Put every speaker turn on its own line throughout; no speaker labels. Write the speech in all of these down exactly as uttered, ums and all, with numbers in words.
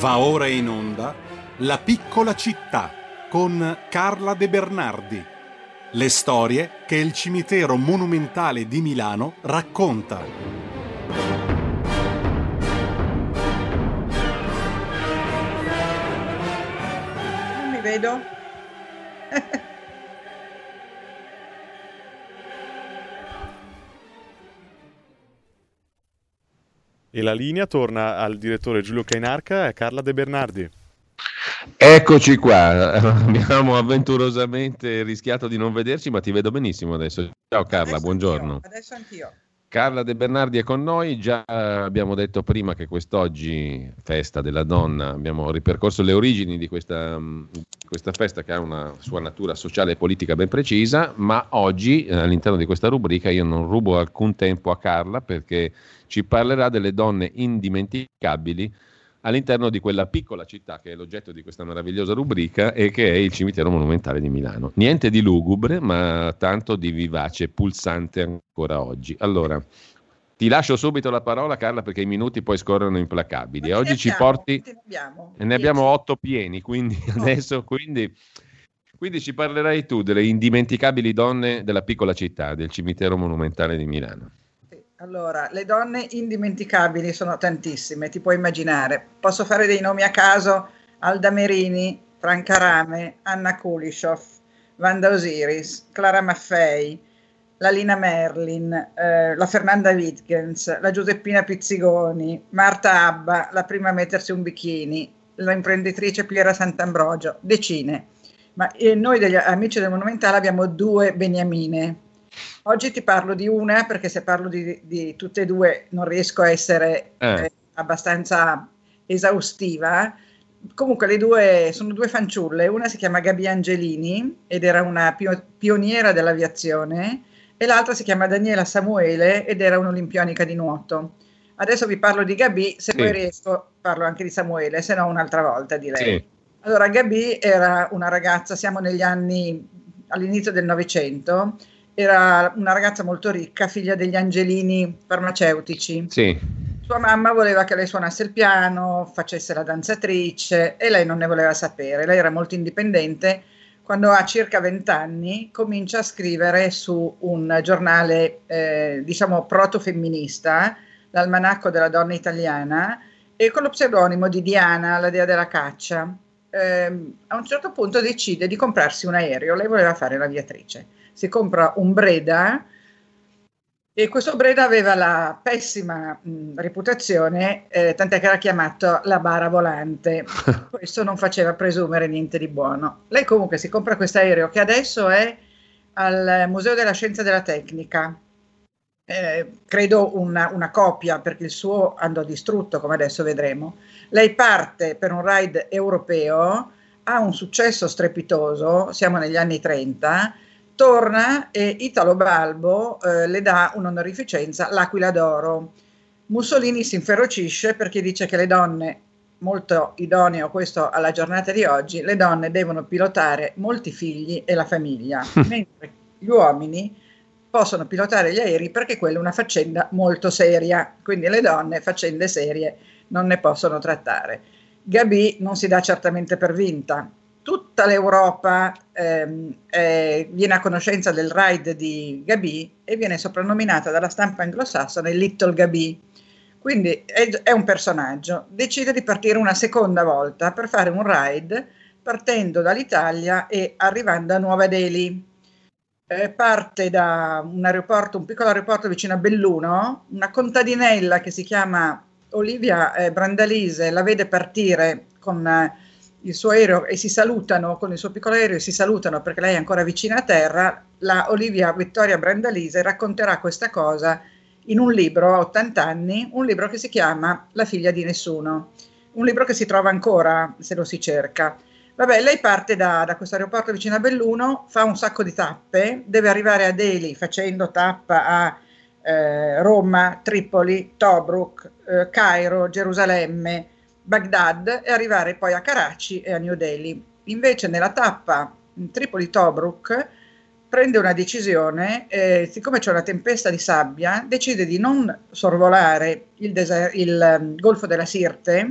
Va ora in onda La piccola città con Carla De Bernardi. Le storie che il cimitero monumentale di Milano racconta.
Non mi vedo.
E la linea torna al direttore Giulio Cainarca e Carla De Bernardi.
Eccoci qua, abbiamo avventurosamente rischiato di non vederci, ma ti vedo benissimo adesso. Ciao Carla,
Adesso
buongiorno.
Anch'io, adesso anch'io.
Carla De Bernardi è con noi, già abbiamo detto prima che quest'oggi, festa della donna, abbiamo ripercorso le origini di questa, questa festa che ha una sua natura sociale e politica ben precisa, ma oggi all'interno di questa rubrica io non rubo alcun tempo a Carla perché ci parlerà delle donne indimenticabili all'interno di quella piccola città che è l'oggetto di questa meravigliosa rubrica e che è il cimitero monumentale di Milano. Niente di lugubre, ma tanto di vivace e pulsante ancora oggi. Allora, ti lascio subito la parola, Carla, perché i minuti poi scorrono implacabili. E oggi ci porti...
Ne abbiamo?
E ne abbiamo otto pieni, quindi adesso... Quindi... quindi ci parlerai tu delle indimenticabili donne della piccola città, del cimitero monumentale di Milano.
Allora, le donne indimenticabili sono tantissime, ti puoi immaginare. Posso fare dei nomi a caso: Alda Merini, Franca Rame, Anna Kulishov, Wanda Osiris, Clara Maffei, la Lina Merlin, eh, la Fernanda Wittgens, la Giuseppina Pizzigoni, Marta Abba, la prima a mettersi un bikini, l'imprenditrice Piera Sant'Ambrogio, decine. Ma eh, noi degli amici del Monumentale abbiamo due beniamine. Oggi ti parlo di una perché se parlo di, di tutte e due non riesco a essere eh. Eh, abbastanza esaustiva. Comunque le due sono due fanciulle, una si chiama Gabi Angelini ed era una pio- pioniera dell'aviazione e l'altra si chiama Daniela Samuele ed era un'olimpionica di nuoto. Adesso vi parlo di Gabi, se sì. poi riesco parlo anche di Samuele, se no un'altra volta di lei. Sì. Allora Gabi era una ragazza, siamo negli anni, all'inizio del Novecento. Era una ragazza molto ricca, figlia degli Angelini farmaceutici.
Sì.
Sua mamma voleva che lei suonasse il piano, facesse la danzatrice e lei non ne voleva sapere. Lei era molto indipendente. Quando ha circa vent'anni comincia a scrivere su un giornale, eh, diciamo, proto-femminista, l'Almanacco della Donna Italiana, e con lo pseudonimo di Diana, la dea della caccia. Eh, a un certo punto decide di comprarsi un aereo. Lei voleva fare l'aviatrice. Si compra un Breda e questo Breda aveva la pessima mh, reputazione, eh, tant'è che era chiamato la bara volante. Questo non faceva presumere niente di buono. Lei comunque si compra questo aereo che adesso è al Museo della Scienza e della Tecnica. Eh, credo una, una copia perché il suo andò distrutto, come adesso vedremo. Lei parte per un ride europeo, ha un successo strepitoso, siamo negli anni trenta, torna e Italo Balbo eh, le dà un'onorificenza, l'Aquila d'Oro. Mussolini si inferocisce perché dice che le donne, molto idoneo questo alla giornata di oggi, le donne devono pilotare molti figli e la famiglia, mentre gli uomini possono pilotare gli aerei perché quella è una faccenda molto seria, quindi le donne faccende serie non ne possono trattare. Gabi non si dà certamente per vinta. Tutta l'Europa ehm, eh, viene a conoscenza del ride di Gabi e viene soprannominata dalla stampa anglosassone Little Gabi. Quindi è, è un personaggio. Decide di partire una seconda volta per fare un ride partendo dall'Italia e arrivando a Nuova Delhi. Eh, parte da un aeroporto, un piccolo aeroporto vicino a Belluno, una contadinella che si chiama Olivia eh, Brandalise la vede partire con eh, il suo aereo e si salutano con il suo piccolo aereo e si salutano perché lei è ancora vicina a terra. La Olivia Vittoria Brandalise racconterà questa cosa in un libro a ottanta anni, un libro che si chiama La figlia di nessuno, un libro che si trova ancora se lo si cerca. Vabbè, lei parte da, da questo aeroporto vicino a Belluno, fa un sacco di tappe, deve arrivare a Delhi facendo tappa a eh, Roma, Tripoli, Tobruk, eh, Cairo, Gerusalemme, Baghdad e arrivare poi a Karachi e a New Delhi. Invece nella tappa Tripoli-Tobruk prende una decisione, eh, siccome c'è una tempesta di sabbia, decide di non sorvolare il, deser- il um, Golfo della Sirte,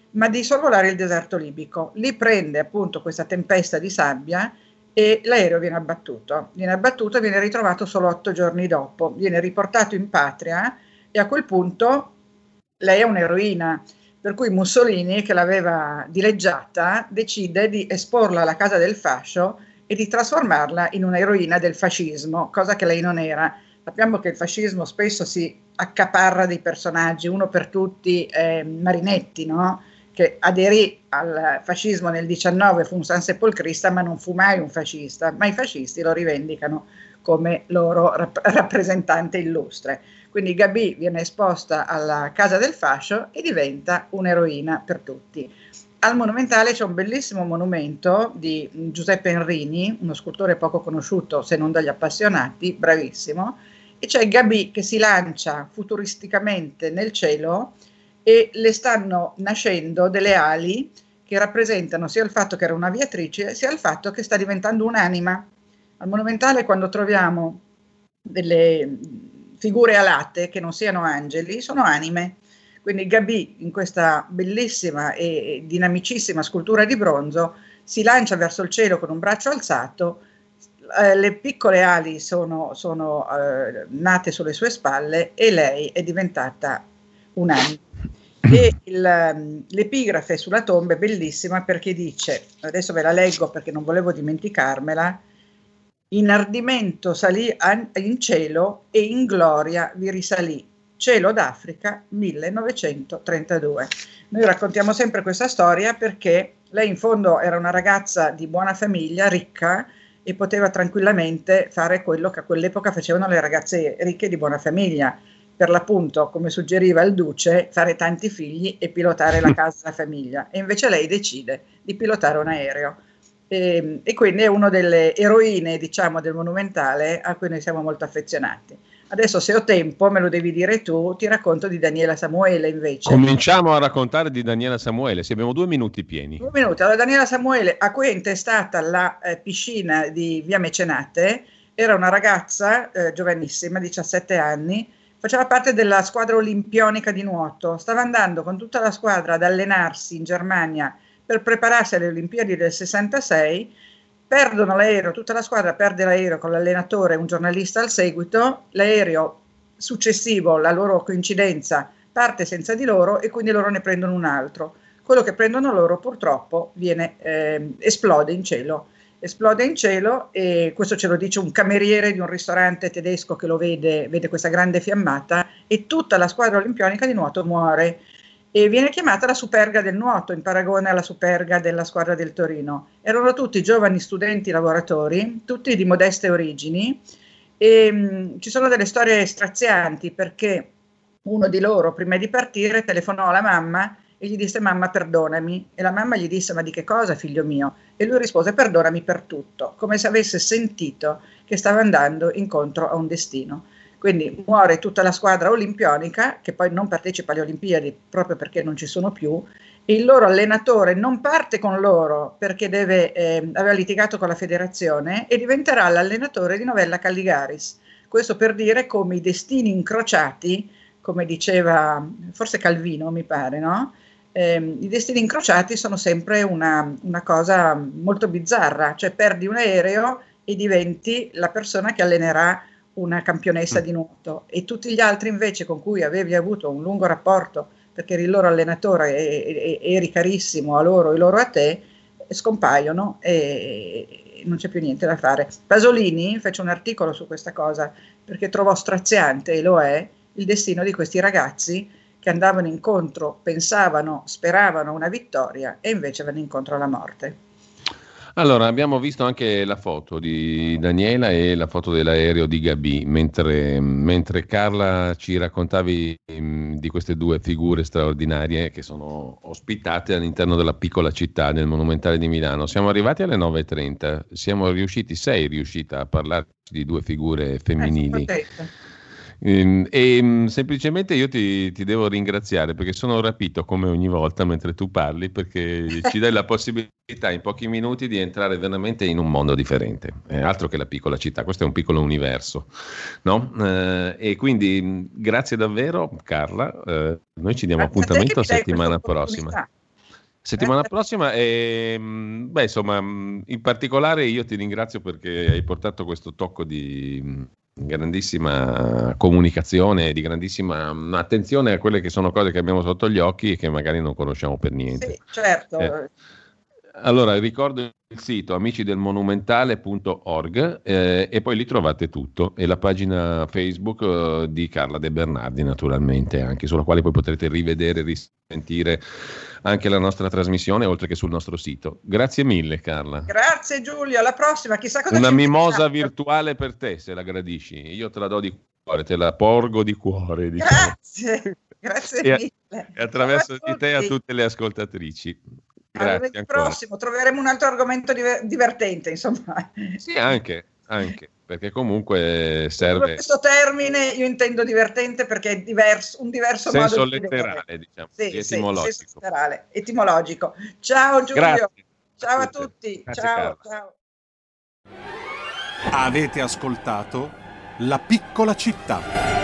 ma di sorvolare il deserto libico. Lì prende appunto questa tempesta di sabbia e l'aereo viene abbattuto. Viene abbattuto e viene ritrovato solo otto giorni dopo. Viene riportato in patria e a quel punto lei è un'eroina. Per cui Mussolini, che l'aveva dileggiata, decide di esporla alla casa del fascio e di trasformarla in un'eroina del fascismo, cosa che lei non era. Sappiamo che il fascismo spesso si accaparra dei personaggi, uno per tutti eh, Marinetti, no? Che aderì al fascismo nel diciannove, fu un sansepolcrista, ma non fu mai un fascista, ma i fascisti lo rivendicano come loro rap- rappresentante illustre. Quindi Gaby viene esposta alla casa del fascio e diventa un'eroina per tutti. Al Monumentale c'è un bellissimo monumento di Giuseppe Enrini, uno scultore poco conosciuto se non dagli appassionati, bravissimo, e c'è Gaby che si lancia futuristicamente nel cielo e le stanno nascendo delle ali che rappresentano sia il fatto che era un'aviatrice, sia il fatto che sta diventando un'anima. Al Monumentale, quando troviamo delle figure alate che non siano angeli, sono anime. Quindi Gaby, in questa bellissima e dinamicissima scultura di bronzo, si lancia verso il cielo con un braccio alzato, eh, le piccole ali sono, sono eh, nate sulle sue spalle e lei è diventata un'anima. E il, l'epigrafe sulla tomba è bellissima perché dice, adesso ve la leggo perché non volevo dimenticarmela: inardimento salì in cielo e in gloria vi risalì, cielo d'Africa millenovecentotrentadue. Noi raccontiamo sempre questa storia perché lei in fondo era una ragazza di buona famiglia, ricca, e poteva tranquillamente fare quello che a quell'epoca facevano le ragazze ricche di buona famiglia, per l'appunto, come suggeriva il duce, fare tanti figli e pilotare la casa e la famiglia. E invece lei decide di pilotare un aereo. E, e quindi è una delle eroine, diciamo, del Monumentale a cui noi siamo molto affezionati. Adesso, se ho tempo, me lo devi dire tu, ti racconto di Daniela Samuele invece.
Cominciamo a raccontare di Daniela Samuele, se abbiamo due minuti pieni.
Due minuti. Allora, Daniela Samuele, a cui è intestata la eh, piscina di Via Mecenate, era una ragazza eh, giovanissima, diciassette anni, faceva parte della squadra olimpionica di nuoto, stava andando con tutta la squadra ad allenarsi in Germania per prepararsi alle Olimpiadi del sessantasei, perdono l'aereo, tutta la squadra perde l'aereo con l'allenatore e un giornalista al seguito, l'aereo successivo, la loro coincidenza, parte senza di loro e quindi loro ne prendono un altro. Quello che prendono loro purtroppo viene, eh, esplode in cielo. Esplode in cielo e questo ce lo dice un cameriere di un ristorante tedesco che lo vede, vede questa grande fiammata e tutta la squadra olimpionica di nuoto muore e viene chiamata la Superga del nuoto in paragone alla Superga della squadra del Torino. Erano tutti giovani studenti lavoratori, tutti di modeste origini e mh, ci sono delle storie strazianti perché uno di loro prima di partire telefonò alla mamma e gli disse: mamma, perdonami. E la mamma gli disse: ma di che cosa, figlio mio? E lui rispose: perdonami per tutto, come se avesse sentito che stava andando incontro a un destino. Quindi muore tutta la squadra olimpionica, che poi non partecipa alle Olimpiadi proprio perché non ci sono più, e il loro allenatore non parte con loro perché deve, eh, aveva litigato con la federazione e diventerà l'allenatore di Novella Calligaris. Questo per dire come i destini incrociati, come diceva forse Calvino, mi pare, no? Eh, i destini incrociati sono sempre una, una cosa molto bizzarra, cioè perdi un aereo e diventi la persona che allenerà una campionessa di nuoto e tutti gli altri invece con cui avevi avuto un lungo rapporto perché eri il loro allenatore e, e, e eri carissimo a loro e loro a te, scompaiono e, e non c'è più niente da fare. Pasolini fece un articolo su questa cosa perché trovò straziante, e lo è, il destino di questi ragazzi che andavano incontro, pensavano, speravano una vittoria e invece vanno incontro alla morte.
Allora, abbiamo visto anche la foto di Daniela e la foto dell'aereo di Gaby, mentre, mentre Carla ci raccontavi mh, di queste due figure straordinarie che sono ospitate all'interno della piccola città del Monumentale di Milano. Siamo arrivati alle nove e trenta, siamo riusciti, sei riuscita a parlare di due figure femminili. Eh, E, e semplicemente io ti, ti devo ringraziare perché sono rapito come ogni volta mentre tu parli, perché ci dai la possibilità in pochi minuti di entrare veramente in un mondo differente, eh, altro che la piccola città, questo è un piccolo universo, no? Eh, e quindi grazie davvero Carla, eh, noi ci diamo
Grazie
appuntamento settimana prossima. Settimana prossima e beh, insomma, in particolare io ti ringrazio perché hai portato questo tocco di grandissima comunicazione, di grandissima attenzione a quelle che sono cose che abbiamo sotto gli occhi e che magari non conosciamo per niente.
Sì, certo.
Eh. Allora, ricordo il sito amici del monumentale punto org eh, e poi lì trovate tutto e la pagina Facebook eh, di Carla De Bernardi, naturalmente, anche sulla quale poi potrete rivedere, risentire anche la nostra trasmissione, oltre che sul nostro sito. Grazie mille, Carla.
Grazie Giulio, alla prossima. Chissà cosa
Una
ci
mimosa
invitiamo.
virtuale per te, se la gradisci. Io te la do di cuore, te la porgo di cuore. Diciamo.
Grazie, grazie
e,
mille.
E attraverso
Ciao a
di te a
tutti.
tutte le ascoltatrici.
Al
Grazie ancora.
prossimo troveremo un altro argomento diver- divertente, insomma.
Sì, anche, anche, perché comunque
Per
serve
questo termine io intendo divertente perché è diverso, un diverso
senso
modo di
letterale,
vedere.
diciamo,
Sì,
di
sì,
etimologico.
senso letterale, etimologico. Ciao Giulio.
Grazie.
Ciao a
tutte.
tutti.
Grazie,
Ciao,
Carla.
ciao.
Avete ascoltato La piccola città.